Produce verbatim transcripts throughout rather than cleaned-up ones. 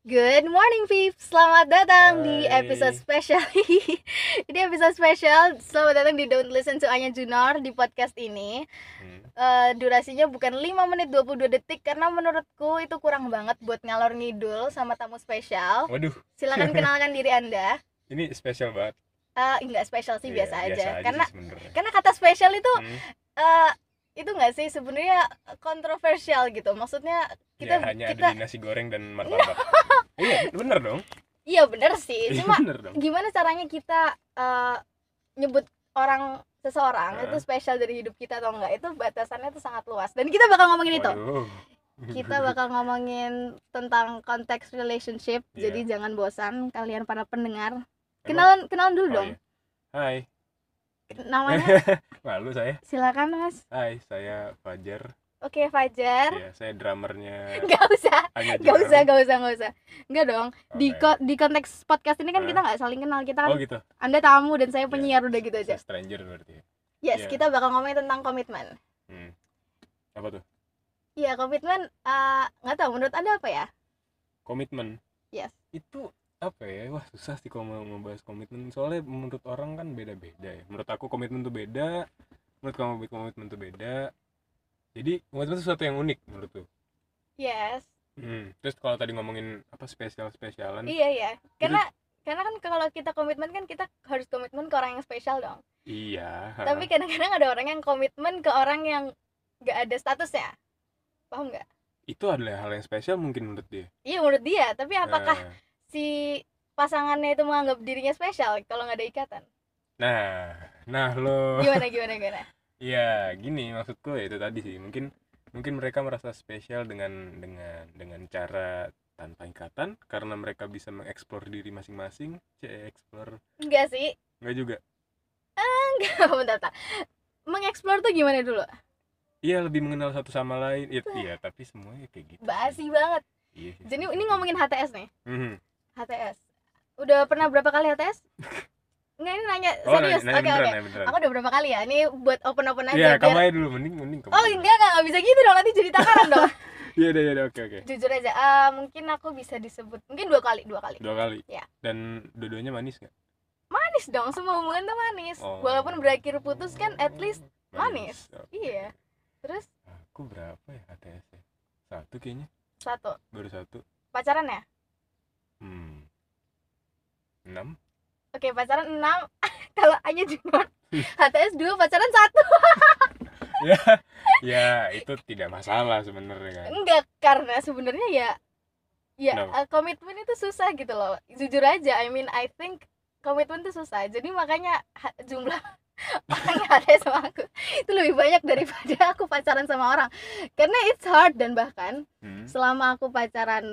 Good morning, peeps. Selamat datang di episode Hai. spesial. Ini episode spesial. Selamat datang di Don't Listen to Anya Junor di podcast ini. Hmm. Eh, durasinya bukan lima menit dua puluh dua detik karena menurutku itu kurang banget buat ngalor ngidul sama tamu spesial. Waduh, Silakan kenalkan diri Anda. ini spesial banget. Eh, enggak spesial sih, Iya, biasa aja. biasa aja Karena sih sebenarnya. karena kata spesial itu Hmm. eh itu enggak sih sebenarnya kontroversial gitu. Maksudnya kita Ya, hanya kita ada di nasi goreng dan martabak. Iya, bener dong. Iya bener sih, Iya, cuma bener dong. gimana caranya kita eh, nyebut orang seseorang itu Hah? spesial dari hidup kita atau enggak, itu batasannya tuh sangat luas. Dan kita bakal ngomongin itu. Waduh. Kita bakal ngomongin tentang konteks relationship. Iya. Jadi jangan bosan kalian para pendengar. Emang- Kenalan kenalan dulu Oh, dong. iya. Hai. Namanya Malu saya. silakan Mas. Hai, saya Fajar. Oke, Fajar. Iya, saya drummernya Gak usah, Anya gak Junor. usah, gak usah, gak usah. Enggak dong. Di Oke. ko- di konteks podcast ini kan Hah? kita nggak saling kenal. Kita kan Oh gitu. Anda tamu dan saya Iya. penyiar, udah gitu aja. Saya stranger berarti. ya. Yes, Iya. kita bakal ngomongin tentang komitmen. Hmm. Apa tuh? Iya, komitmen eh, nggak tahu menurut Anda apa ya? Komitmen. Yes. Itu apa ya? Wah, susah sih kalau mau membahas komitmen. Soalnya menurut orang kan beda-beda ya. Menurut aku komitmen tuh beda. Menurut kamu komitmen tuh beda. Jadi komitmen itu sesuatu yang unik menurutku. Yes. Hmm. Terus kalau tadi ngomongin apa spesial-spesialan, Iya, iya. Karena karena kan kalau kita komitmen kan kita harus komitmen ke orang yang spesial dong. iya. ha. Tapi kadang-kadang ada orang yang komitmen ke orang yang nggak ada statusnya. Paham nggak? Itu adalah hal yang spesial mungkin menurut dia. Iya, menurut dia. Tapi apakah Nah, si pasangannya itu menganggap dirinya spesial kalau nggak ada ikatan? nah, nah lo. Gimana, gimana, gimana? Iya, gini maksudku ya itu tadi sih. Mungkin mungkin mereka merasa spesial dengan dengan dengan cara tanpa ikatan karena mereka bisa mengeksplor diri masing-masing. Cek eksplor. Enggak sih. Enggak juga. Enggak, bentar, bentar. Mengeksplor tuh gimana dulu? Iya, lebih mengenal satu sama lain. Iya, iya, tapi semuanya kayak gitu. sih. Basi banget. Iya sih. Jadi ini ngomongin H T S nih. Mhm. H T S. Udah pernah berapa kali H T S? Enggak, ini nanya Oh, serius. nanya, nanya Oke, beneran, oke. nanya beneran. Aku udah berapa kali ya? Ini buat open-open aja Iya, biar. kamu aja dulu, mending mending kamu. Oh, dulu. enggak, enggak, enggak bisa gitu dong. Nanti jadi takaran dong. Iya, iya, iya, oke, oke. Jujur aja, ah, mungkin aku bisa disebut mungkin dua kali, dua kali. Dua kali. Ya. Dan dua-duanya manis nggak? Manis dong, semua hubungan tuh manis. Oh. Walaupun berakhir putus kan at least manis. Oke. Iya. Terus Aku berapa ya H T S ya? Satu kayaknya, satu, baru satu. pacaran ya? Hmm. Enam. Oke, pacaran enam. Kalau Anya Junor H T S dua, pacaran satu. Ya, ya itu tidak masalah sebenarnya kan. Enggak, karena sebenarnya ya ya Kenapa? uh, komitmen itu susah gitu loh. Jujur aja, I mean I think komitmen itu susah. Jadi makanya ha- jumlah orang yang ada sama aku itu lebih banyak daripada aku pacaran sama orang. Karena it's hard, dan bahkan Hmm. selama aku pacaran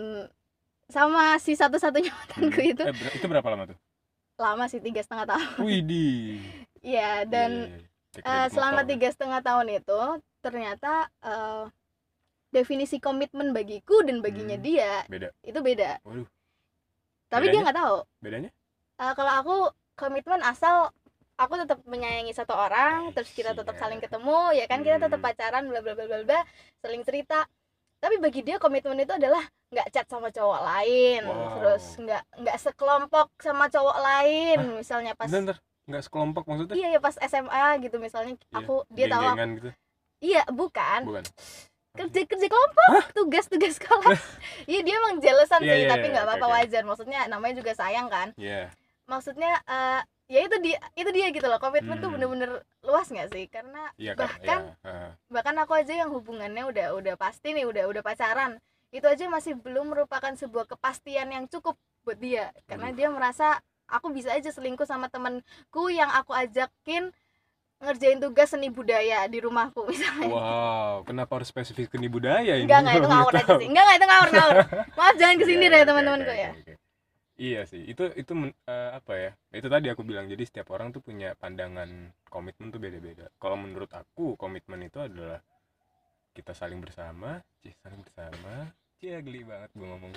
sama si satu-satunya mantanku Hmm. itu Eh, ber- itu berapa lama tuh? lama sih, tiga setengah tahun. Widih. Iya, dan Iya, iya, iya. Kayak Uh, kredit selama motor. tiga setengah tahun itu ternyata uh, definisi komitmen bagiku dan baginya Hmm. dia Beda. itu beda. Waduh. Tapi dia Bedanya? nggak tahu. Bedanya? Uh, kalau aku komitmen asal aku tetap menyayangi satu orang, Eh, terus kita tetap iya. saling ketemu, ya kan, kita tetap Hmm. pacaran, bla bla bla bla bla, saling cerita. Tapi bagi dia komitmen itu adalah nggak chat sama cowok lain, Wow. terus nggak nggak sekelompok sama cowok lain, misalnya pas Bentar, bentar. Nggak sekelompok maksudnya? iya ya pas S M A gitu misalnya, Iya, aku dia tahu aku, geng-gengan gitu. iya bukan Bukan. kerja kerja kelompok, tugas-tugas sekolah. Iya, dia emang jealousan Iya, sih, iya, tapi iya, nggak oke, apa-apa, oke. wajar. Maksudnya namanya juga sayang kan. Iya. Maksudnya eh, ya itu dia itu dia gitu loh. Komitmen tuh Hmm. bener-bener luas nggak sih? Karena Iya kan. bahkan Iya. Ah. bahkan aku aja yang hubungannya udah udah pasti nih, udah udah pacaran, itu aja masih belum merupakan sebuah kepastian yang cukup buat dia. Karena Aduh. dia merasa aku bisa aja selingkuh sama temanku yang aku ajakin ngerjain tugas seni budaya di rumahku misalnya. Wow, kenapa harus spesifik seni budaya ini? Enggak, enggak, itu Kalau ngawur boleh aja tahu. sih. Enggak, enggak, itu ngawur, ngawur. Maaf, jangan kesini Iya, deh iya, teman-temanku oke, ya. oke, oke. Iya sih, itu itu men- eh, apa ya? Itu tadi aku bilang, jadi setiap orang tuh punya pandangan komitmen tuh beda-beda. Kalau menurut aku, komitmen itu adalah kita saling bersama, cih saling bersama. Cih, geli banget gue ngomong.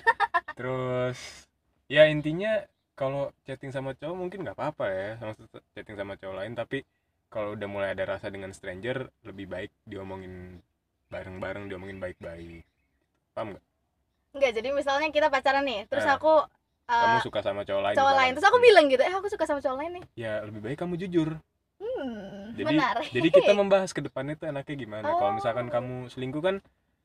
Terus ya intinya kalau chatting sama cowok mungkin nggak apa-apa ya, sama chatting sama cowok lain, tapi kalau udah mulai ada rasa dengan stranger, lebih baik diomongin bareng-bareng, diomongin baik-baik. Paham nggak? Enggak, jadi misalnya kita pacaran nih, terus Nah, aku kamu uh, suka sama cowok lain cowok misalkan. lain, terus aku Hmm. bilang gitu, eh aku suka sama cowok lain nih. Ya lebih baik kamu jujur. Hmm, Jadi menarik. jadi kita membahas ke depannya tuh enaknya gimana. Oh. Kalau misalkan kamu selingkuh kan,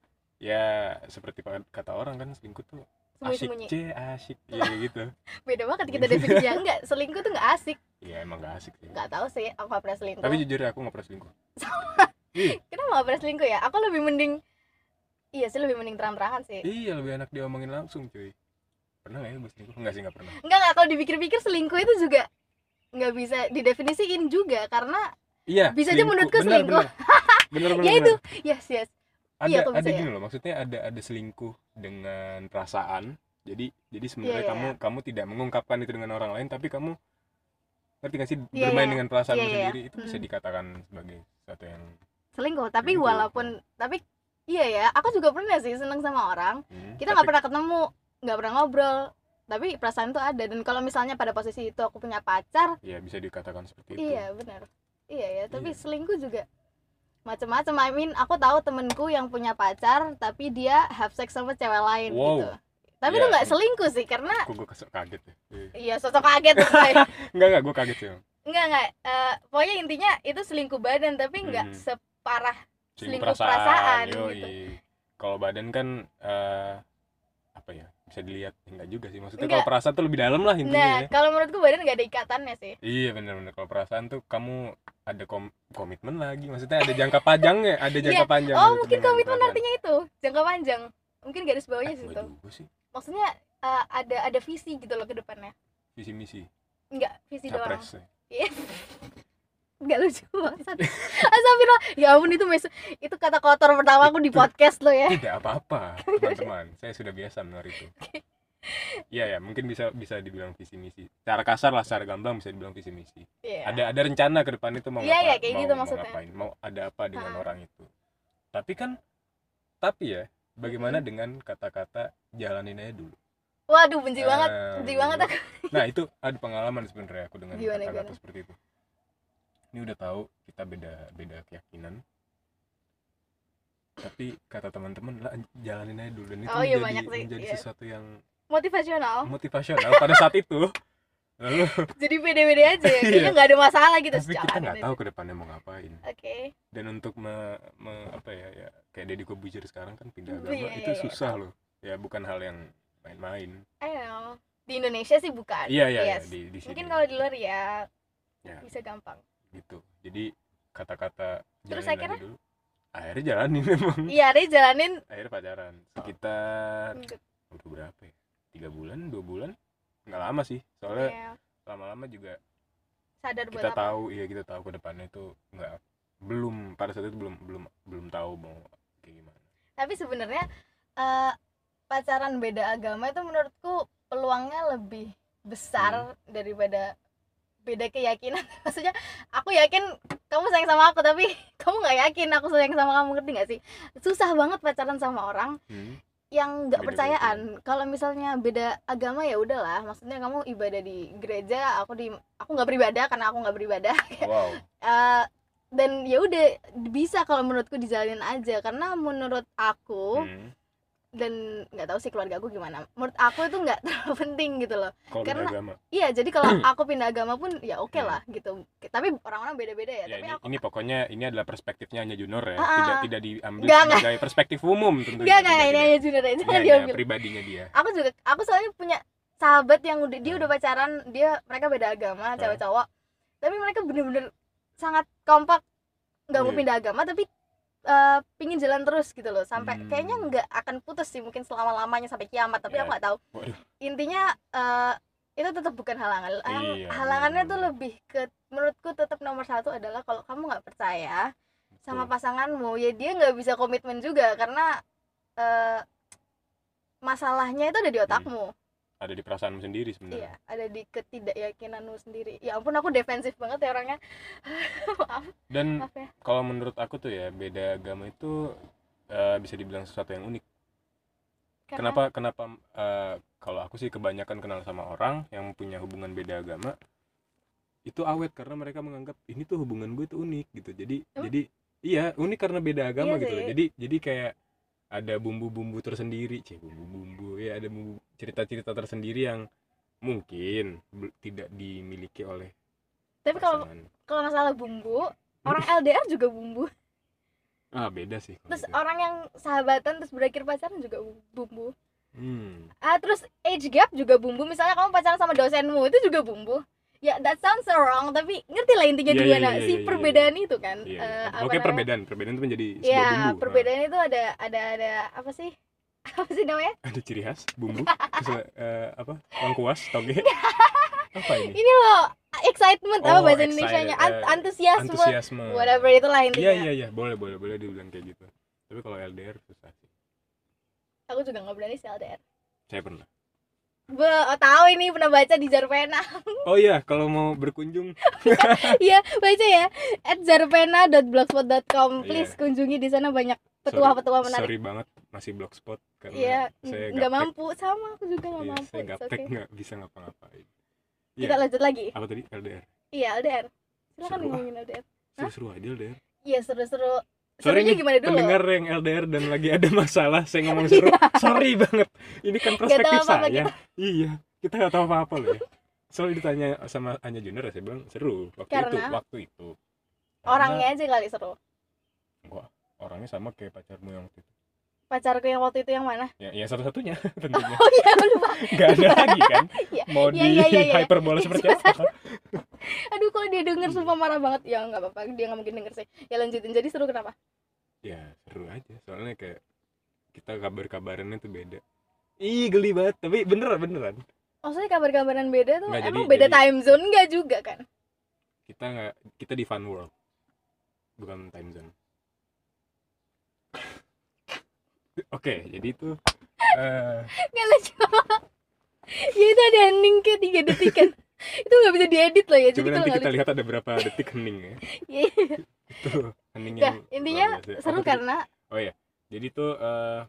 ya seperti kata orang kan, selingkuh tuh asik, Sembunyi-sembunyi. c asik, ya gitu. Beda banget kita definisinya. Enggak, selingkuh tuh enggak asik. Iya emang gak asik sih. Enggak tahu sih, aku gak pernah selingkuh. Tapi jujur ya, aku gak pernah selingkuh. Ih, Kenapa gak pernah selingkuh ya? Aku lebih mending, iya sih lebih mending terang-terangan sih. iya lebih enak diomongin langsung cuy. Pernah gak ya gue selingkuh? Enggak sih, gak pernah. Enggak, enggak, kalau dipikir-pikir selingkuh itu juga nggak bisa didefinisiin juga, karena Iya, bisa aja menurutku bener, selingkuh. bener, bener, bener, Ya bener. itu, yes, yes. Ada, Iya, aku ada bisa gini ya. loh, maksudnya ada ada selingkuh dengan perasaan. Jadi jadi sebenarnya Iya, iya, kamu iya. kamu tidak mengungkapkan itu dengan orang lain, tapi kamu ngerti gak sih, Iya, bermain iya. dengan perasaanmu Iya, iya. sendiri, itu bisa Hmm. dikatakan sebagai sesuatu yang Selingkuh, tapi Selingkuh. walaupun tapi iya ya, aku juga pernah sih seneng sama orang. hmm, Kita tapi- nggak pernah ketemu, nggak pernah ngobrol, tapi perasaan tuh ada. Dan kalau misalnya pada posisi itu aku punya pacar, ya bisa dikatakan seperti itu. iya benar, iya ya. Tapi Iya. selingkuh juga macam-macam. I mean, aku tahu temenku yang punya pacar, tapi dia have sex sama cewek lain Wow. gitu. Tapi Iya. itu nggak selingkuh sih, karena Kok gue kaget ya. Iya. iya sosok kaget tuh. Boy. Enggak enggak, gue kaget sih. Enggak enggak. Eh, pokoknya intinya itu selingkuh badan, tapi nggak Hmm. separah Selingkuh selingkuh perasaan, yoi. gitu. Kalau badan kan eh, apa ya, bisa dilihat. Enggak juga sih, maksudnya Enggak. kalau perasaan tuh lebih dalam lah intinya Nah, ya. kalau menurutku badan nggak ada ikatannya sih. Iya benar-benar, kalau perasaan tuh kamu ada kom komitmen lagi, maksudnya ada jangka panjangnya, ada jangka Iya. panjang. Oh, gitu mungkin dengan komitmen perasaan. artinya itu jangka panjang. Mungkin garis bawahnya Eh, situ. enggak juga sih, Maksudnya eh, ada ada visi gitu loh ke depannya. visi misi, Enggak, visi doang. capres. Iya. Enggak lucu banget. Astagfirullah. Ya ampun, itu mes itu kata kotor pertama aku di podcast lo ya. Tidak apa-apa, teman-teman. Saya sudah biasa mendengar itu. Iya ya, mungkin bisa bisa dibilang visi misi. Secara kasar lah, secara gamblang bisa dibilang visi misi. Iya. Ada ada rencana ke depan itu mau Iya, ngapa, iya, kayak mau, gitu mau maksudnya. ngapain, mau ada apa dengan Ha. orang itu. Tapi kan, tapi ya, bagaimana Mm-mm. dengan kata-kata jalanin aja dulu. Waduh, benci banget. Ah, Benci banget aku. Nah itu ada pengalaman sebenarnya aku dengan Gimana, kata-kata gimana? seperti itu. Ini udah tahu kita beda beda keyakinan, tapi kata teman-teman lah jalanin aja dulu, dan itu Oh, iya, menjadi, banyak sih, menjadi iya. sesuatu yang Motivasional. motivasional pada saat itu. Lalu Jadi pede-pede aja ya. Kayaknya Iya. nggak ada masalah gitu. tapi kita jalanin nggak aja. tahu ke depannya mau ngapain. Oke. Dan untuk me, me- apa ya ya kayak Deddy Kobuzier sekarang kan pindah Iya, agama, iya, itu iya, susah tahu. loh. Ya bukan hal yang main-main. I don't know. Di Indonesia sih bukan. Iya iya iya, Yes. di di sini. Mungkin kalau di luar ya Ya. bisa gampang. Gitu. Jadi kata-kata Terus jalanin akhirnya? aja dulu. Akhirnya jalanin memang. Iya, dia jalanin Akhirnya pacaran sekitar udah berapa ya? Tiga bulan, dua bulan? Nggak lama sih. Soalnya ya, lama-lama juga sadar buat kita apa. tahu, iya kita tahu ke depannya itu nggak, belum pada saat itu belum belum belum tahu mau kayak gimana. Tapi sebenarnya eh, pacaran beda agama itu menurutku peluangnya lebih besar daripada beda keyakinan. Maksudnya aku yakin kamu sayang sama aku, tapi kamu nggak yakin aku sayang sama kamu, ngerti nggak sih? Susah banget pacaran sama orang Hmm. yang nggak Beda percayaan. Kalau misalnya beda agama ya udahlah, maksudnya kamu ibadah di gereja, aku di aku nggak beribadah karena aku nggak beribadah. Wow. Eh, dan ya udah bisa kalau menurutku dijalanin aja, karena menurut aku Hmm. dan nggak tahu sih keluarga aku gimana, menurut aku itu nggak terlalu penting gitu loh. Kalau beda Karena- agama. Iya, jadi kalau aku pindah agama pun ya oke Hmm. lah gitu. Tapi orang-orang beda-beda ya. Ya, Tapi ini, aku ini pokoknya ini adalah perspektifnya hanya Junor ya, Ah, tidak ah. tidak diambil Nggak, nggak. sebagai perspektif umum tentunya. nggak nggak Tidak, ini tidak. hanya jujur aja, Ini jangan hanya diambil. pribadinya dia. Aku juga aku soalnya punya sahabat yang udah dia Hmm. udah pacaran, dia mereka beda agama, Hmm. cewek cowok. Tapi mereka bener-bener sangat kompak, nggak mau Iya. pindah agama, tapi eh, pingin jalan terus gitu loh, sampai Hmm. kayaknya nggak akan putus sih, mungkin selama lamanya sampai kiamat, tapi Ya. aku nggak tahu. Waduh. Intinya eh, itu tetap bukan halangan. Halang- Iya, halangannya tuh benar-benar. lebih ke, menurutku tetap nomor satu adalah kalau kamu nggak percaya sama Betul. pasanganmu, ya dia nggak bisa komitmen juga, karena eh, masalahnya itu ada di otakmu. Ada di perasaanmu sendiri sebenarnya. Iya, ada di ketidakyakinanmu sendiri. Ya ampun, aku defensif banget ya orangnya. Maaf, Dan maaf ya. kalau menurut aku tuh ya, beda agama itu eh, bisa dibilang sesuatu yang unik. Karena- Kenapa kenapa eh, kalau aku sih kebanyakan kenal sama orang yang punya hubungan beda agama itu awet karena mereka menganggap ini tuh hubungan gue tuh unik gitu. Jadi Hmm? jadi iya unik karena beda agama Iya gitu loh. sih. Jadi jadi kayak ada bumbu-bumbu tersendiri, cih bumbu-bumbu ya, ada bumbu cerita-cerita tersendiri yang mungkin bel- tidak dimiliki oleh Tapi kalau pasangan. kalau masalah bumbu, orang L D R juga bumbu. Ah beda sih kalau Terus gitu. orang yang sahabatan terus berakhir pacaran juga bumbu. Hmm. Ah, terus age gap juga bumbu. Misalnya kamu pacaran sama dosenmu, itu juga bumbu. Ya, that sounds so wrong, tapi ngerti lah intinya Iya, di iya, mana iya, si iya, iya, perbedaan iya. itu kan. Iya, Eh, iya. apa Oke, namanya? perbedaan, perbedaan itu menjadi sebuah Ya, bumbu. perbedaan itu ada ada ada apa sih? Apa sih namanya? Nah, ada ciri khas bumbu, terus eh, apa? Lengkuas, toge. Apa ini? Ini loh, excitement apa Oh, bahasa excited, Indonesianya? eh, Ant- antusiasme. Antusiasme. Whatever itulah Iya, intinya. iya, iya, boleh, boleh, boleh dibilang kayak gitu. Tapi kalau L D R susah sih. Aku juga nggak berani sih L D R. Saya pernah. Be, oh, tahu ini pernah baca di Jarpena. Oh iya, kalau mau berkunjung, Iya, baca ya. at jarpena dot blogspot dot com. Please Iya. kunjungi di sana, banyak petua-petua sorry, menarik. sorry banget masih blogspot karena Iya, saya nggak gaptek. mampu, sama aku juga nggak Iya, mampu. saya It's gaptek, okay. nggak bisa ngapa-ngapain. Kita Iya. lanjut lagi. Apa tadi? L D R. Iya, L D R. Silakan Seru ah. ngomongin L D R. Hah? Seru-seru aja L D R. Iya, seru-seru. Sorry Serunya nih gimana dulu? pendengar yang L D R dan lagi ada masalah saya ngomong seru. Sorry banget. Ini kan perspektif apa-apa saya. Iya, kita nggak tahu apa-apa loh ya. Soalnya ditanya sama Anya Junior, saya bilang seru waktu Karena? itu, waktu itu. Orangnya aja kali seru. Wah, orangnya sama kayak pacarmu yang waktu itu. Pacarku yang waktu itu yang mana? Ya, ya satu-satunya tentunya. Oh iya, aku lupa. Gak ada lagi kan? Iya. Mau Iya, di iya, iya, iya. hyperbola seperti apa? Kan? Aduh, kalau dia denger sumpah marah banget. Ya nggak apa-apa, dia nggak mungkin denger sih. Ya lanjutin. Jadi seru kenapa? Ya seru aja, soalnya kayak kita kabar-kabarannya tuh beda. Ih geli banget, tapi beneran beneran. Maksudnya kabar-kabaran beda tuh Nggak, emang jadi- beda jadi- time zone nggak juga kan? Kita nggak, kita di fun world, bukan time zone. Oke, jadi itu eh Nggak lucu. Ya itu ada ending kayak tiga detik kan. Itu nggak bisa diedit loh ya. Jadi coba kalau nanti nggak kita lucu. lihat ada berapa detik hening ya. Iya. Itu hening Nah, yang intinya luar biasa. seru Apa tadi? karena Oh ya, jadi tuh eh,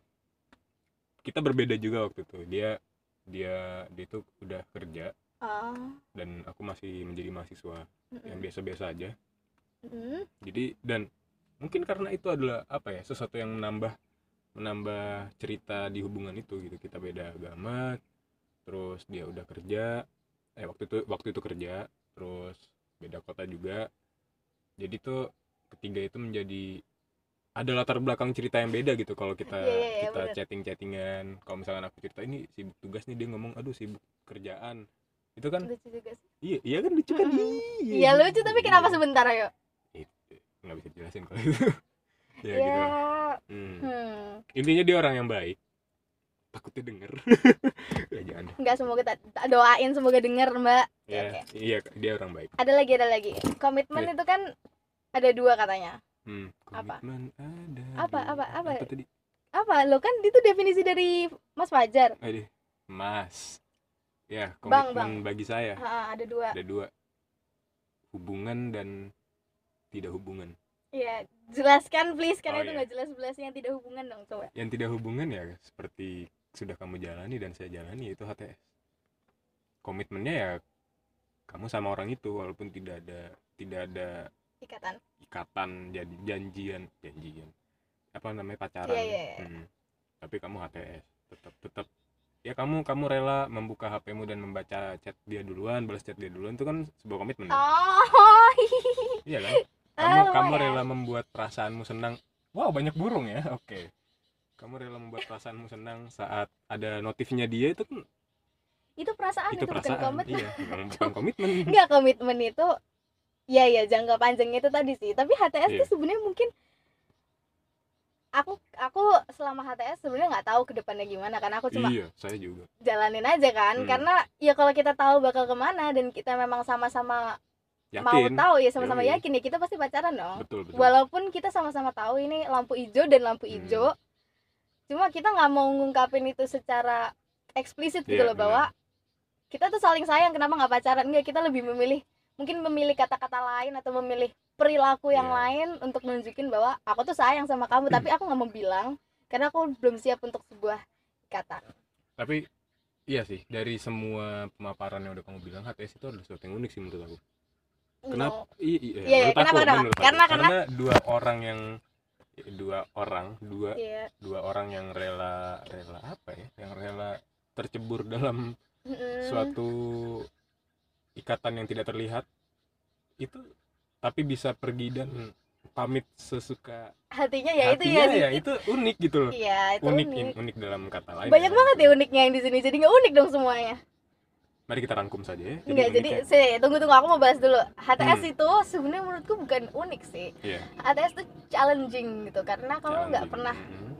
kita berbeda juga waktu itu. Dia dia dia tuh udah kerja oh, dan aku masih menjadi mahasiswa yang mm-mm. biasa-biasa aja. Mm-mm. Jadi dan mungkin karena itu adalah apa ya, sesuatu yang menambah menambah cerita di hubungan itu gitu. Kita beda agama, terus dia udah kerja, eh waktu itu waktu itu kerja, terus beda kota juga. Jadi tuh ketiga itu menjadi ada latar belakang cerita yang beda gitu kalau kita Iya, iya, iya, kita bener. chatting-chattingan. Kalau misalkan aku cerita ini sibuk tugas nih, dia ngomong aduh sibuk kerjaan. Itu kan Lucu juga sih. iya iya kan lucu kan. Mm-mm. Iya, Iya lucu, tapi kenapa Iya. sebentar ayo? Nggak bisa jelasin kalau itu. Ya, Ya, gitu lah. Hmm. hmm. Intinya dia orang yang baik, takutnya denger. Ya jangan deh. Nggak, semoga kita doain semoga denger Mbak. Ya, Oke. iya dia orang baik. Ada lagi ada lagi. Komitmen Iya. itu kan ada dua katanya. Hmm. Apa? Komitmen ada. Apa, dua. apa, apa? Apa tadi? Apa lo kan itu definisi dari Mas Fajar. Aduh, Mas. Ya, Bang, komitmen bagi saya Ha, ada dua. ada dua. Hubungan dan tidak hubungan. Iya, jelaskan please karena Oh, itu iya. nggak jelas-jelas yang tidak hubungan dong coba. Yang tidak hubungan ya seperti sudah kamu jalani dan saya jalani, yaitu H T S. Komitmennya ya kamu sama orang itu walaupun tidak ada tidak ada Ikatan. ikatan, jadi janjian janjian apa namanya pacaran. Iya, iya, iya. Hmm. Tapi kamu H T S tetap tetap ya kamu kamu rela membuka H P-mu dan membaca chat dia duluan, balas chat dia duluan, itu kan sebuah komitmen. dong. Oh. Iya kan? Ah, Kamu kamu lumayan. rela membuat perasaanmu senang. Wow, banyak burung ya. Oke. Kamu rela membuat perasaanmu senang saat ada notifnya dia, itu kan Itu perasaan itu itu, bukan perasaan. komitmen. Iya, memang bukan komitmen. Enggak, komitmen itu ya ya jangka panjangnya itu tadi sih. Tapi H T S Iya. itu sebenarnya mungkin aku aku selama H T S sebenarnya nggak tahu ke depannya gimana karena aku cuma Iya, saya juga. jalanin aja kan. Hmm. Karena ya kalau kita tahu bakal kemana dan kita memang sama-sama mau Yakin. tahu ya sama-sama Yoi. yakin ya kita pasti pacaran dong. Betul, betul. Walaupun kita sama-sama tahu ini lampu hijau dan lampu Hmm. hijau, cuma kita nggak mau ngungkapin itu secara eksplisit gitu Iya, loh, bahwa kita tuh saling sayang, kenapa nggak pacaran. Enggak, kita lebih memilih mungkin memilih kata-kata lain atau memilih perilaku yang Iya. lain untuk nunjukin bahwa aku tuh sayang sama kamu, tapi aku nggak mau bilang karena aku belum siap untuk sebuah ikatan. Tapi iya sih, dari semua pemaparan yang udah kamu bilang, H T S itu adalah sesuatu yang unik sih menurut aku. Kenapa? No. Iya, iya, Iya, iya, menurut kenapa, aku, kenapa? menurut aku. Karena- karena dua orang yang dua orang dua Iya. dua orang yang rela rela apa ya yang rela tercebur dalam Mm-mm. suatu ikatan yang tidak terlihat itu, tapi bisa pergi dan pamit sesuka Hatinya ya itu ya, hatinya di- ya itu unik gitu loh. iya itu unik unik, in- unik dalam kata lain banyak ya, banget gitu. ya uniknya yang di sini, jadi nggak unik dong semuanya. Mari kita rangkum saja ya. Enggak, jadi uniknya- sih tunggu tunggu aku mau bahas dulu. H T S Hmm. itu sebenarnya menurutku bukan unik sih. Iya, H T S itu challenging gitu karena kamu nggak challenging. pernah Mm-mm.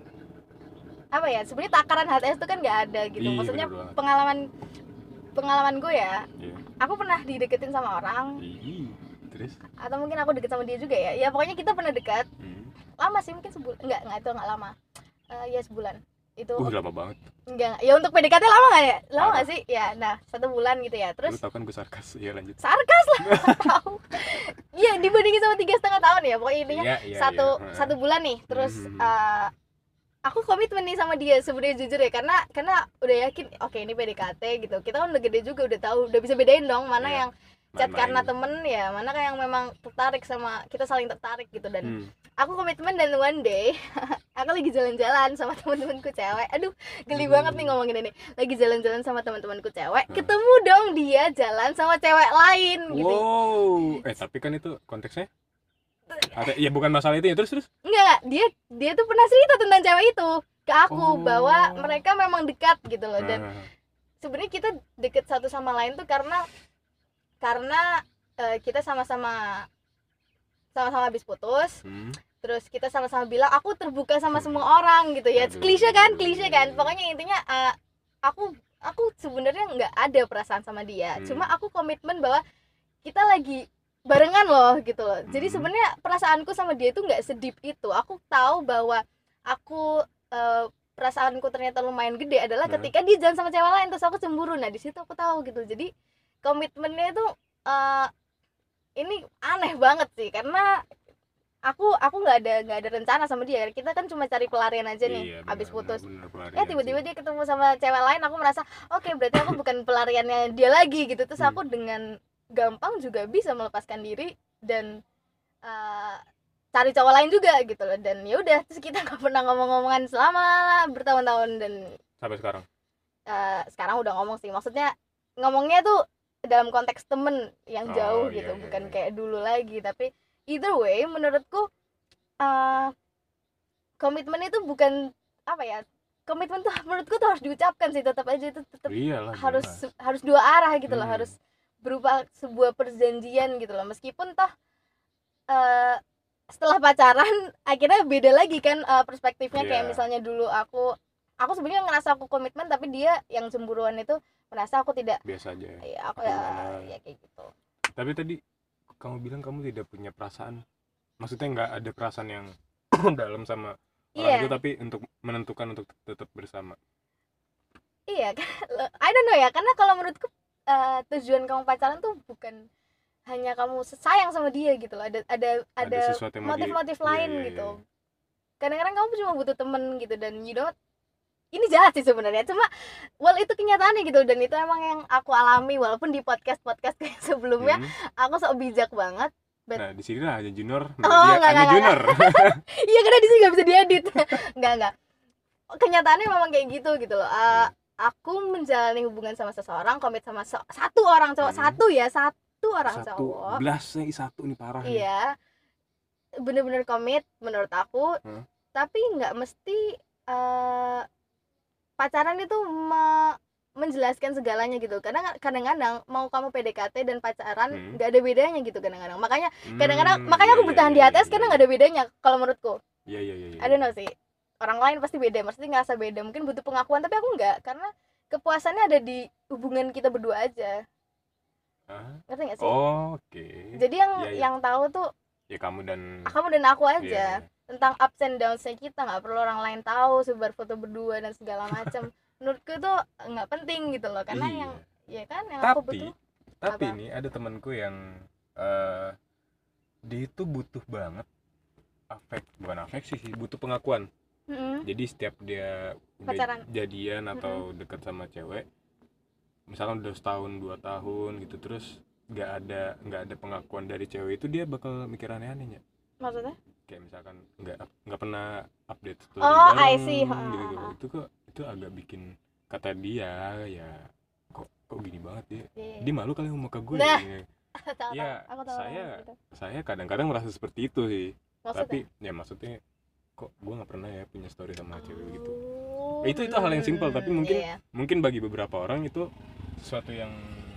apa ya, sebenarnya takaran H T S itu kan nggak ada gitu. Iya, Maksudnya bener banget. pengalaman pengalaman gue ya, Iya. aku pernah dideketin sama orang Ih, terus atau mungkin aku deket sama dia juga ya. Ya pokoknya kita pernah dekat. hmm. Lama sih, mungkin sebulan. Enggak, enggak itu enggak lama. Eh ya sebulan. Itu uh lama banget. enggak. Ya untuk P D K T lama enggak ya? Lama Parah. enggak sih? Ya, nah, satu bulan gitu ya. Lu Terus tau kan gue sarkas. Iya, lanjut. sarkas lah tahu. Iya, dibandingin sama tiga setengah tahun ya. Pokoknya intinya Iya, iya, satu iya. satu bulan nih. Terus Mhm. eh, aku komitmen nih sama dia sebenarnya, jujur ya, karena karena udah yakin oke ini P D K T gitu. Kita kan udah gede juga, udah tahu, udah bisa bedain dong mana Iya. yang chat Main-main. karena temen ya, mana yang memang tertarik sama kita, saling tertarik gitu. Dan Hmm. aku komitmen, dan one day aku lagi jalan-jalan sama temen-temenku cewek. Aduh, geli Hmm. banget nih ngomongin ini. Lagi jalan-jalan sama temen-temenku cewek, Hmm. ketemu dong dia jalan sama cewek lain gitu. Wow, eh tapi kan itu konteksnya ada, ya bukan masalah itu ya, terus terus. Enggak, enggak, dia dia tuh pernah cerita tentang cewek itu ke aku, Oh. bahwa mereka memang dekat gitu loh. Dan Nah, sebenarnya kita deket satu sama lain tuh karena karena eh, kita sama-sama sama-sama habis putus. hmm. Terus kita sama-sama bilang aku terbuka sama Hmm. semua orang gitu ya. Aduh. Klise kan, klise kan. Pokoknya intinya eh, aku aku sebenarnya nggak ada perasaan sama dia. Hmm. Cuma aku komitmen bahwa kita lagi barengan loh gitu loh. Jadi Hmm. sebenarnya perasaanku sama dia itu nggak sedip itu. Aku tahu bahwa aku eh, perasaanku ternyata lumayan gede adalah Nah. ketika dia jalan sama cewek lain, terus aku cemburu. Nah di situ aku tahu gitu. Jadi komitmennya itu eh, ini aneh banget sih, karena aku aku nggak ada nggak ada rencana sama dia. Kita kan cuma cari pelarian aja nih, Iya, abis benar, putus. benar, benar, Ya pelarian tiba-tiba sih. dia ketemu sama cewek lain, aku merasa oke berarti aku bukan pelariannya dia lagi gitu. Terus Hmm. aku dengan gampang juga bisa melepaskan diri dan eh, cari cowok lain juga gitu loh. Dan ya udah, terus kita nggak pernah ngomong-ngomongan selama bertahun-tahun. Dan Sampai sekarang. eh, sekarang udah ngomong sih, maksudnya ngomongnya tuh dalam konteks temen yang Oh, jauh iya, gitu, iya, bukan iya. kayak dulu lagi. Tapi either way menurutku eh, komitmen itu bukan apa ya, komitmen tuh menurutku tuh harus diucapkan sih, tetap aja itu tetap Iyalah, harus jelas. harus dua arah gitu loh. Hmm. Harus berupa sebuah perjanjian gitu loh, meskipun toh eh, setelah pacaran akhirnya beda lagi kan eh, perspektifnya. Kayak Iya. misalnya dulu aku aku sebenarnya ngerasa aku komitmen, tapi dia yang cemburuan itu merasa aku tidak. Biasa aja. Ya aku Atau ya, gimana? ya kayak gitu. Tapi tadi kamu bilang kamu tidak punya perasaan. Maksudnya nggak ada perasaan yang dalam sama orang Iya. itu, tapi untuk menentukan untuk tetap bersama. Iya kan, I don't know ya, karena kalau menurutku eh, tujuan kamu pacaran tuh bukan hanya kamu sayang sama dia gitu loh. Ada ada ada sesuatu yang mau di- motif-motif iya, lain iya, gitu. iya. Kadang-kadang kamu cuma butuh temen gitu, dan you don't, ini jahat sih sebenarnya, cuma well itu kenyataannya gitu. Dan itu emang yang aku alami, walaupun di podcast-podcast kayak sebelumnya Hmm. aku sok bijak banget. But- Nah, di sini lah ada Junior, Oh, dia enggak, ada enggak, Junior. Iya, karena di sini nggak bisa diedit. Enggak, enggak. Kenyataannya memang kayak gitu gitu loh. Eh, aku menjalani hubungan sama seseorang, komit sama se- satu orang cowok, Hmm. satu ya, satu orang Satu cowok. belasnya satu nih parah nih. Iya. Bener-bener komit menurut aku. Hmm. Tapi nggak mesti eh, pacaran itu me- menjelaskan segalanya gitu. Kadang kadang-kadang mau kamu P D K T dan pacaran Hmm. nggak ada bedanya gitu kadang-kadang. Makanya Hmm, kadang-kadang makanya aku iya, bertahan iya, di iya, atas iya, karena iya. nggak ada bedanya kalau menurutku. Iya, iya, iya, iya. I don't know sih, orang lain pasti beda, maksudnya ngerasa beda, mungkin butuh pengakuan, tapi aku enggak, karena kepuasannya ada di hubungan kita berdua aja. Hah? Ngerti nggak sih? Oh, oke. Jadi yang Iya, iya. yang tahu tuh Ya kamu dan kamu dan aku aja. Iya, iya. Tentang ups and downs-nya kita nggak perlu orang lain tahu, sebar foto berdua dan segala macam. Menurutku itu nggak penting gitu loh, karena Iya. yang ya kan yang aku Tapi butuh. tapi Apa? ini ada temanku yang eh dia itu butuh banget afek, bukan afeksi sih, butuh pengakuan. Mm-mm. Jadi setiap dia udah Pacaran. jadian atau deket sama cewek, misalkan udah setahun dua tahun gitu, terus nggak ada nggak ada pengakuan dari cewek itu, dia bakal mikir aneh-anehnya. Maksudnya? kayak misalkan nggak nggak pernah update story Oh, bareng I see. Ha, gitu, ha, ha. itu kok itu agak bikin, kata dia ya, kok kok gini banget dia Iya. dia malu kali sama muka gue Nah. ya. Tahu, Ya, tahu. Aku tahu saya orang gitu. saya kadang-kadang merasa seperti itu sih. Maksudnya? Tapi ya maksudnya kok gue nggak pernah ya punya story sama cewek gitu. Oh, itu itu hal yang simpel, tapi mungkin iya. mungkin bagi beberapa orang itu sesuatu yang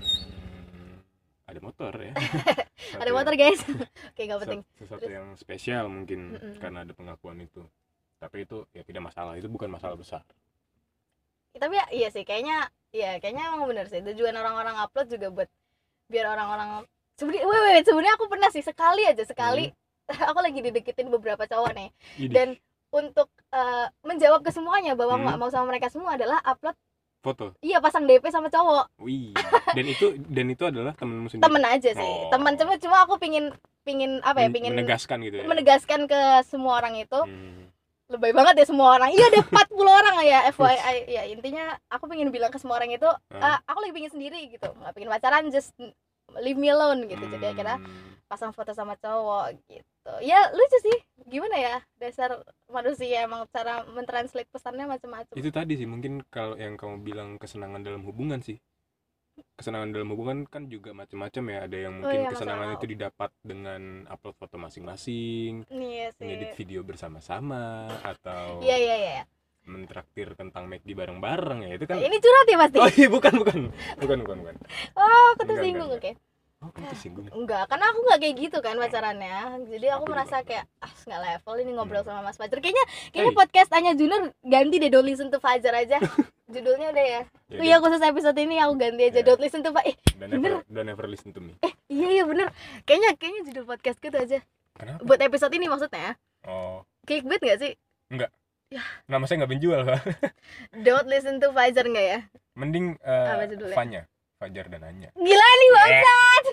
ada motor ya. Sesuatu Ada yang- motor guys. Oke, nggak penting. sesuatu yang spesial mungkin Mm-mm. karena ada pengakuan itu. Tapi itu ya tidak masalah, itu bukan masalah besar. Tapi ya, iya sih kayaknya, ya kayaknya emang bener sih tujuan orang-orang upload juga buat biar orang-orang sebenarnya, wait, wait, sebenarnya aku pernah sih sekali aja sekali aku lagi dideketin beberapa cowok nih. Idih, Dan untuk eh, menjawab ke semuanya bahwa Hmm. nggak mau sama mereka semua adalah upload, foto. iya pasang D P sama cowok. Wih. Dan itu dan itu adalah temenmu sendiri. Temen aja sih, Oh. temen cuma cuma aku pingin pingin apa ya, Men- pingin menegaskan gitu ya. menegaskan ke semua orang itu. Hmm. Lebay banget ya semua orang. Iya, ada empat puluh orang ya F Y I. Ya intinya aku pengen bilang ke semua orang itu, Hah? "Ah, aku lagi pengen sendiri gitu, nggak pengen pacaran, just leave me alone gitu." Jadi akhirnya Hmm. pasang foto sama cowok gitu. Ya lucu sih, gimana ya, dasar manusia emang cara mentranslate pesannya macam-macam. Itu tadi sih mungkin kalau yang kamu bilang kesenangan dalam hubungan sih. Kesenangan dalam hubungan kan juga macam-macam ya. Ada yang mungkin iya, kesenangan masalah. itu didapat dengan upload foto masing-masing, Iya sih. ngedit video bersama-sama, atau Iya iya iya. mentraktir tentang McD bareng-bareng ya. Itu kan. Ini curhat ya pasti. Oh iya, bukan bukan. Bukan bukan bukan. Oh, aku Enggak, tersinggung. enggak, Oke. Oh, kamu tersinggung. Enggak, karena aku nggak kayak gitu kan pacarannya. Jadi aku, Aku juga merasa enggak. kayak ah nggak level ini ngobrol Hmm. sama Mas Fajar. Kayaknya kayaknya Hey. podcast Anya Junior ganti deh, Don't Listen to Fajar aja. Judulnya udah ya. Ya, Iya, khusus episode ini aku ganti aja Ya. Don't Listen to Fajar. Eh, Don't bener. ever, don't ever listen to me. eh iya iya bener. Kayaknya kayaknya judul podcast gitu aja. Kenapa? Buat episode ini maksudnya. Oh, Clickbait nggak sih? nama saya nggak menjual, Pak. Don't Listen to Fajar nggak ya? Mending eh, Apa judulnya? Fanya, Fajar dan Anya. Gila nih Eh, bangsat.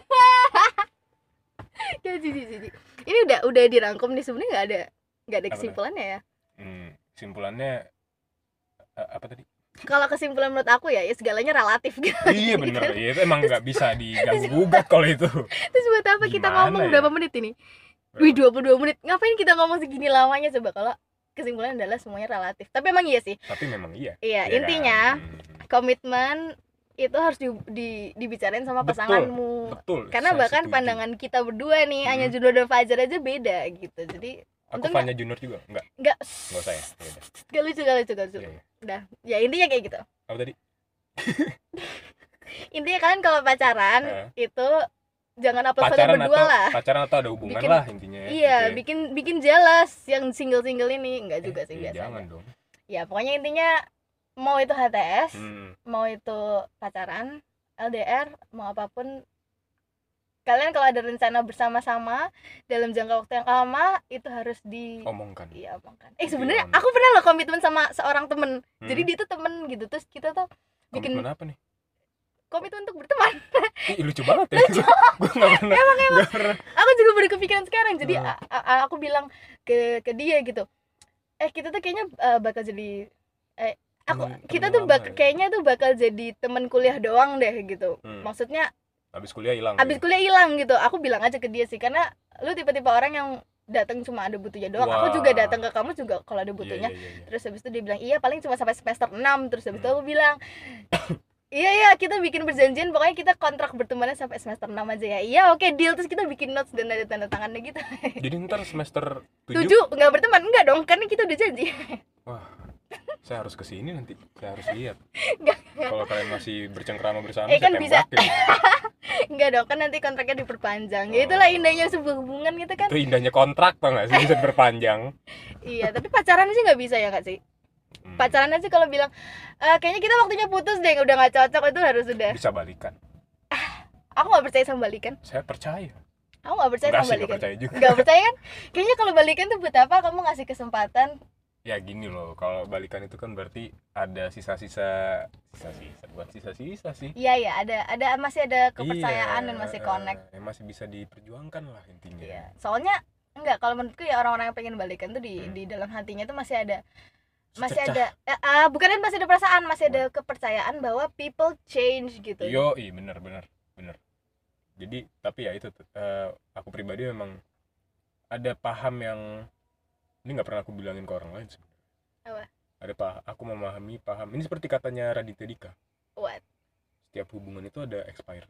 Ya jijik jijik. Ini udah udah dirangkum nih, sebenarnya nggak ada nggak ada Apa tuh? kesimpulannya ya. hmm, simpulannya eh, apa tadi? Kalau kesimpulan menurut aku ya, ya segalanya relatif gitu. Iya bener, ya, itu emang nggak bisa diganggu gugat kalau itu. Terus buat apa kita Gimana ngomong ya? berapa menit ini? Wih, dua puluh dua menit. Ngapain kita ngomong segini lamanya coba, kalau kesimpulan adalah semuanya relatif. Tapi emang iya sih. Tapi memang iya. Iya, ya intinya kan? Hmm, komitmen itu harus di, di dibicarain sama Betul, pasanganmu. betul. Karena saya bahkan setuju. pandangan kita berdua nih, Hmm. Anya Junior dan Fajar aja beda gitu. Jadi Aku untungnya- Fanya Junior juga, enggak? nggak Enggak usah ya. Ya udah. nggak lucu nggak lucu nggak lucu. Iya, iya. Udah, ya intinya kayak gitu. Apa tadi? Intinya kalian kalau pacaran Heeh. itu jangan upload foto Pacaran berdua atau lah. pacaran atau ada hubungan Bikin- lah intinya ya. Iya, gitu ya. bikin bikin jelas yang single-single ini. Enggak juga Eh, sih iya, biasa jangan aja. dong. Ya pokoknya intinya mau itu H T S, Hmm. mau itu pacaran, L D R, mau apapun, kalian kalau ada rencana bersama-sama dalam jangka waktu yang lama itu harus di Omongkan. iya omongkan. Eh sebenarnya Diomongin. aku pernah loh komitmen sama seorang temen. Hmm. Jadi dia tuh temen gitu, terus kita tuh bikin Komitmen apa nih? komitmen untuk berteman. Ih, lucu banget ya. Gue nggak pernah. Nggak pernah. Aku juga baru kepikiran sekarang. Jadi Hmm. a- a- aku bilang ke ke dia gitu, eh kita tuh kayaknya uh, bakal jadi eh aku Temen- kita temen tuh lama bak ya? kayaknya tuh bakal jadi teman kuliah doang deh gitu. Hmm. Maksudnya Habis kuliah hilang. abis ya? kuliah hilang gitu. Aku bilang aja ke dia sih, karena lu tipe-tipe orang yang datang cuma ada butuhnya doang. Aku Wah. juga datang ke kamu juga kalau ada Iya, butuhnya. iya, iya, iya. Terus habis itu dia bilang iya paling cuma sampai semester enam. Terus habis itu Hmm. aku bilang iya ya kita bikin perjanjian pokoknya kita kontrak bertemannya sampai semester enam aja ya. Iya oke deal. Terus kita bikin notes dan ada tanda tangannya gitu. Jadi ntar semester tujuh, Tujuh nggak berteman enggak dong, karena kita udah janji. wah, saya harus kesini nanti. Saya harus lihat. Nggak. Kalau kalian masih bercengkrama bersama, Eh, saya kan bisa. tembakin. Enggak dong, kan nanti kontraknya diperpanjang. Ya itulah indahnya sebuah hubungan gitu kan. Itu indahnya kontrak, tau gak sih, bisa berpanjang. Iya, tapi pacaran aja nggak bisa ya kak sih. Hmm. Pacaran aja kalau bilang "Eh, kayaknya kita waktunya putus deh, udah nggak cocok, itu harus udah. Bisa balikan. Aku nggak percaya sama balikan. Saya percaya. Aku nggak percaya Enggak sama sih, nggak balikan. percaya juga. Nggak percaya kan? Kayaknya kalau balikan tuh buat apa? Kamu ngasih kesempatan. Ya gini loh, kalau balikan itu kan berarti ada sisa-sisa, sisa-sisa, bukan sisa-sisa sih. Iya ya, ada ada masih ada kepercayaan Iya, dan masih connect. eh, masih bisa diperjuangkan lah intinya. Iya. Soalnya enggak, kalau menurutku ya orang-orang yang pengen balikan tuh di Hmm. di dalam hatinya tuh masih ada masih Secercah. ada eh, ah, bukan masih ada perasaan, masih ada kepercayaan bahwa people change gitu. Yo, iya bener bener bener. Jadi tapi ya itu eh, aku pribadi memang ada paham yang ini nggak pernah aku bilangin ke orang lain sebenarnya. Apa? Ada paham, aku memahami paham ini seperti katanya Raditya Dika. What? Setiap hubungan itu ada expire.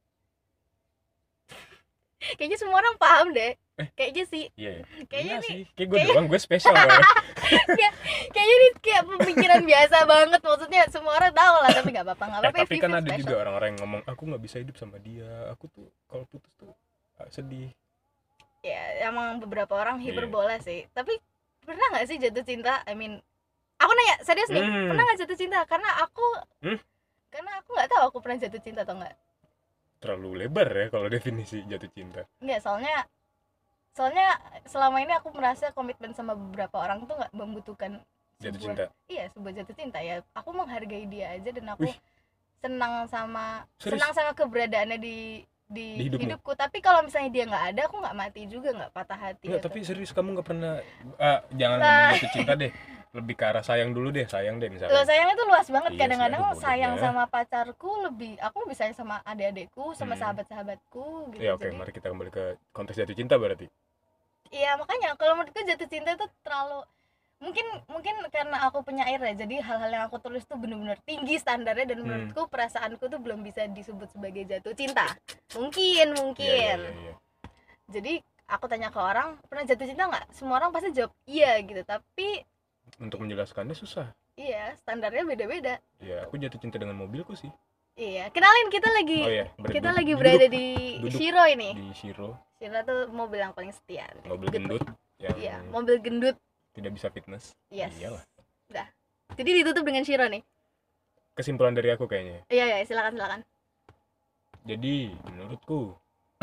Kayaknya semua orang paham deh. Eh, kayaknya sih. Iya. Yeah. Kayaknya sih. nih. Kayak gue doang, gue spesial. Kayak, kayaknya ini kayak pemikiran biasa banget, maksudnya semua orang tahu lah, tapi nggak apa-apa, nggak Eh, apa-apa. tapi kan ada special. juga orang-orang yang ngomong aku nggak bisa hidup sama dia. Aku tuh kalau putus tuh ah, sedih. Ya, emang beberapa orang Iya. hiperbola sih. Tapi pernah nggak sih jatuh cinta? I mean, aku nanya serius nih, Hmm. pernah nggak jatuh cinta? Karena aku, Hmm? karena aku nggak tahu aku pernah jatuh cinta atau nggak. Terlalu lebar ya kalau definisi jatuh cinta. Nggak, soalnya soalnya selama ini aku merasa komitmen sama beberapa orang tuh nggak membutuhkan Jatuh sebuah- cinta. Iya, sebuah jatuh cinta ya. Aku menghargai dia aja dan aku Wih. senang sama Serius? senang sama keberadaannya di di, Di hidupmu? hidupku. Tapi kalau misalnya dia nggak ada, aku nggak mati juga, nggak patah hati. Enggak, atau- tapi serius kamu nggak pernah ah, jangan Nah. ngomong jatuh cinta deh. Lebih ke arah sayang dulu deh, sayang deh misalnya. Loh, sayangnya tuh luas banget. Iya sih, Kadang-kadang aduh, bodohnya. sayang sama pacarku lebih, aku lebih sayang sama adik-adikku, sama Hmm. sahabat-sahabatku gitu. Ya oke, Jadi, mari kita kembali ke konteks jatuh cinta berarti. iya, makanya kalau menurutku jatuh cinta itu terlalu, mungkin mungkin karena aku penyair ya, jadi hal-hal yang aku tulis tuh benar-benar tinggi standarnya dan Hmm. menurutku perasaanku tuh belum bisa disebut sebagai jatuh cinta. Mungkin, mungkin. Iya, iya, iya. Jadi aku tanya ke orang, pernah jatuh cinta nggak? Semua orang pasti jawab iya gitu, tapi Untuk menjelaskannya susah. iya, standarnya beda-beda. Ya, aku jatuh cinta dengan mobilku sih. Iya, kenalin, kita lagi Oh iya, ber- kita duduk- lagi duduk berada di duduk. Shiro ini. di Shiro, Shiro tuh mobil yang paling setia. mobil Good gendut yang Iya, mobil gendut. tidak bisa fitness. Yes. Iyalah. Jadi ditutup dengan Shiro nih. Kesimpulan dari aku kayaknya. Iya, iya, silakan silakan. Jadi, menurutku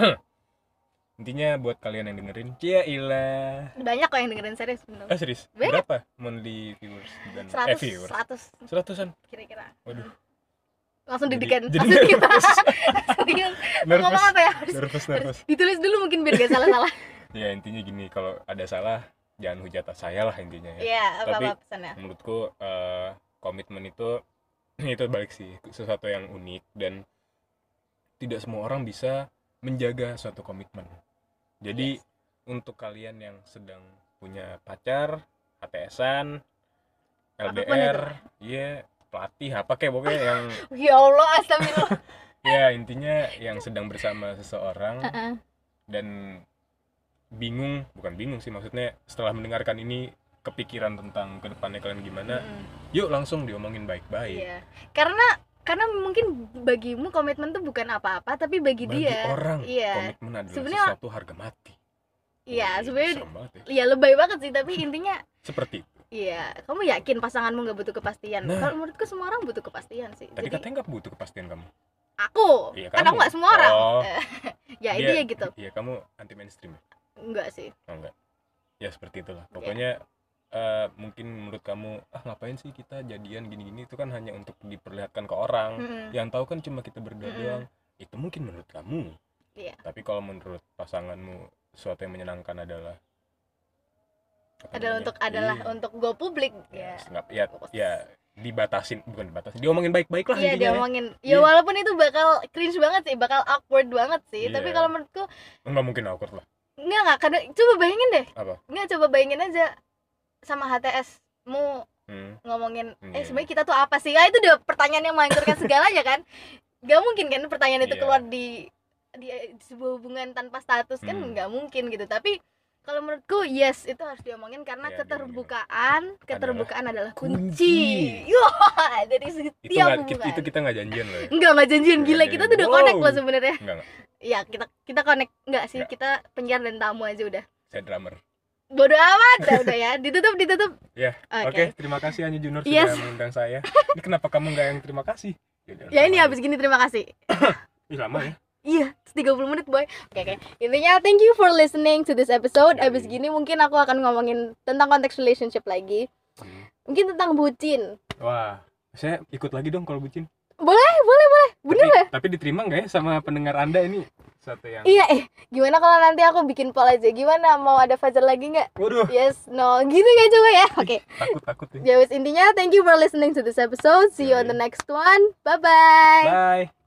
intinya buat kalian yang dengerin, cia ilah. Banyak kok yang dengerin, serius bener. Ah serius? Banyak. Berapa monthly viewers dan eh seratus, viewers? seratus Seratusan. kira-kira. Waduh. Langsung Jadi- deg-degan. jadi Langsung kita. nervous. Langsung bingung. Mau ngomong Nervous. apa ya? Harus, Nervous, harus nervous. ditulis dulu mungkin biar gak salah-salah. Ya intinya gini, kalau ada salah jangan hujat saya lah intinya ya. Iya, apa-apa Tapi- pesannya. Menurutku eh, komitmen itu itu balik sih sesuatu yang unik dan tidak semua orang bisa menjaga suatu komitmen. Jadi Yes. untuk kalian yang sedang punya pacar, H T S-an, L D Apapun R, iya pelatih apa kayak pokoknya yang Ya Allah, astagfirullah. ya intinya yang sedang bersama seseorang Heeh. dan bingung, bukan bingung sih maksudnya setelah mendengarkan ini kepikiran tentang kedepannya kalian gimana, Mm-mm. yuk langsung diomongin baik-baik. Iya. Karena karena mungkin bagimu komitmen tuh bukan apa-apa, tapi bagi, Bagi dia orang iya. komitmen adalah Sebenarnya- sesuatu harga mati. Iya, Wih, sebenarnya serem banget ya. iya lebay banget sih, tapi intinya Seperti itu. iya, kamu yakin pasanganmu nggak butuh kepastian? Nah. Kalau menurutku semua orang butuh kepastian sih. Tadi Jadi katanya nggak butuh kepastian kamu. aku, Iya, kan kamu. aku nggak semua orang. Oh. Ya Dia- intinya gitu. Iya, kamu anti mainstream. Enggak sih. Oh enggak. Ya seperti itulah. Iya. Pokoknya eh, mungkin menurut kamu, ah ngapain sih kita jadian gini-gini, itu kan hanya untuk diperlihatkan ke orang. Mm-mm. Yang tahu kan cuma kita berdua Mm-mm. doang. Itu mungkin menurut kamu. Iya. Tapi kalau menurut pasanganmu sesuatu yang menyenangkan adalah apa Adalah namanya? untuk adalah Iya. untuk go publik ya, ya. nggak- ya, ya dibatasin, bukan dibatasin, diomongin baik-baik lah Iya, intinya dia ya. ngomongin. Ya Iya. walaupun itu bakal cringe banget sih, bakal awkward banget sih. Iya. Tapi kalau menurutku Nggak mungkin awkward lah. enggak enggak kadang coba bayangin deh. Apa? Enggak, coba bayangin aja sama H T S-mu Hmm. ngomongin eh Iya. sebenarnya kita tuh apa sih? Ah, itu udah pertanyaan yang menghancurkan segalanya kan. Gak mungkin kan pertanyaan itu Iya. keluar di di, di sebuah hubungan tanpa status kan, Hmm. nggak mungkin gitu. Tapi kalau menurutku yes, itu harus diomongin karena Iya, keterbukaan keterbukaan adalah, kunci. kunci. Wah, dari Itu setiap nggak, hubungan. itu kita nggak janjian loh ya. Enggak, enggak janjian, Nggak gila. Kita tuh udah janjian. connect Wow. loh sebenarnya. Enggak, enggak. Iya, kita kita connect. Enggak sih, Nggak. kita penyiar dan tamu aja udah. Saya drummer. Bodoh amat, udah, udah ya. Ditutup, ditutup. Ya, Oke. Oke, terima kasih Anju Junur Yes. sudah mengundang saya. Ini kenapa kamu nggak yang terima kasih? Yaudah, Ya ini sama habis gini terima kasih. aja. Ih, lama ya. Iya, tiga puluh menit boy. Oke, oke. Intinya thank you for listening to this episode. Yoi. Abis gini mungkin aku akan ngomongin tentang konteks relationship lagi. Hmm. Mungkin tentang bucin. Wah, saya ikut lagi dong kalau bucin. Boleh, boleh, boleh. Bener tapi, ya? tapi diterima nggak ya sama pendengar Anda ini? Satu yang Iya, eh. Gimana kalau nanti aku bikin poll aja? Gimana? Mau ada Fajar lagi nggak? Waduh, Yes, no. Gitu ya coba ya. Oke. takut-takut nih. Ya wis, intinya thank you for listening to this episode. See you on Yoi. the next one. Bye-bye. Bye.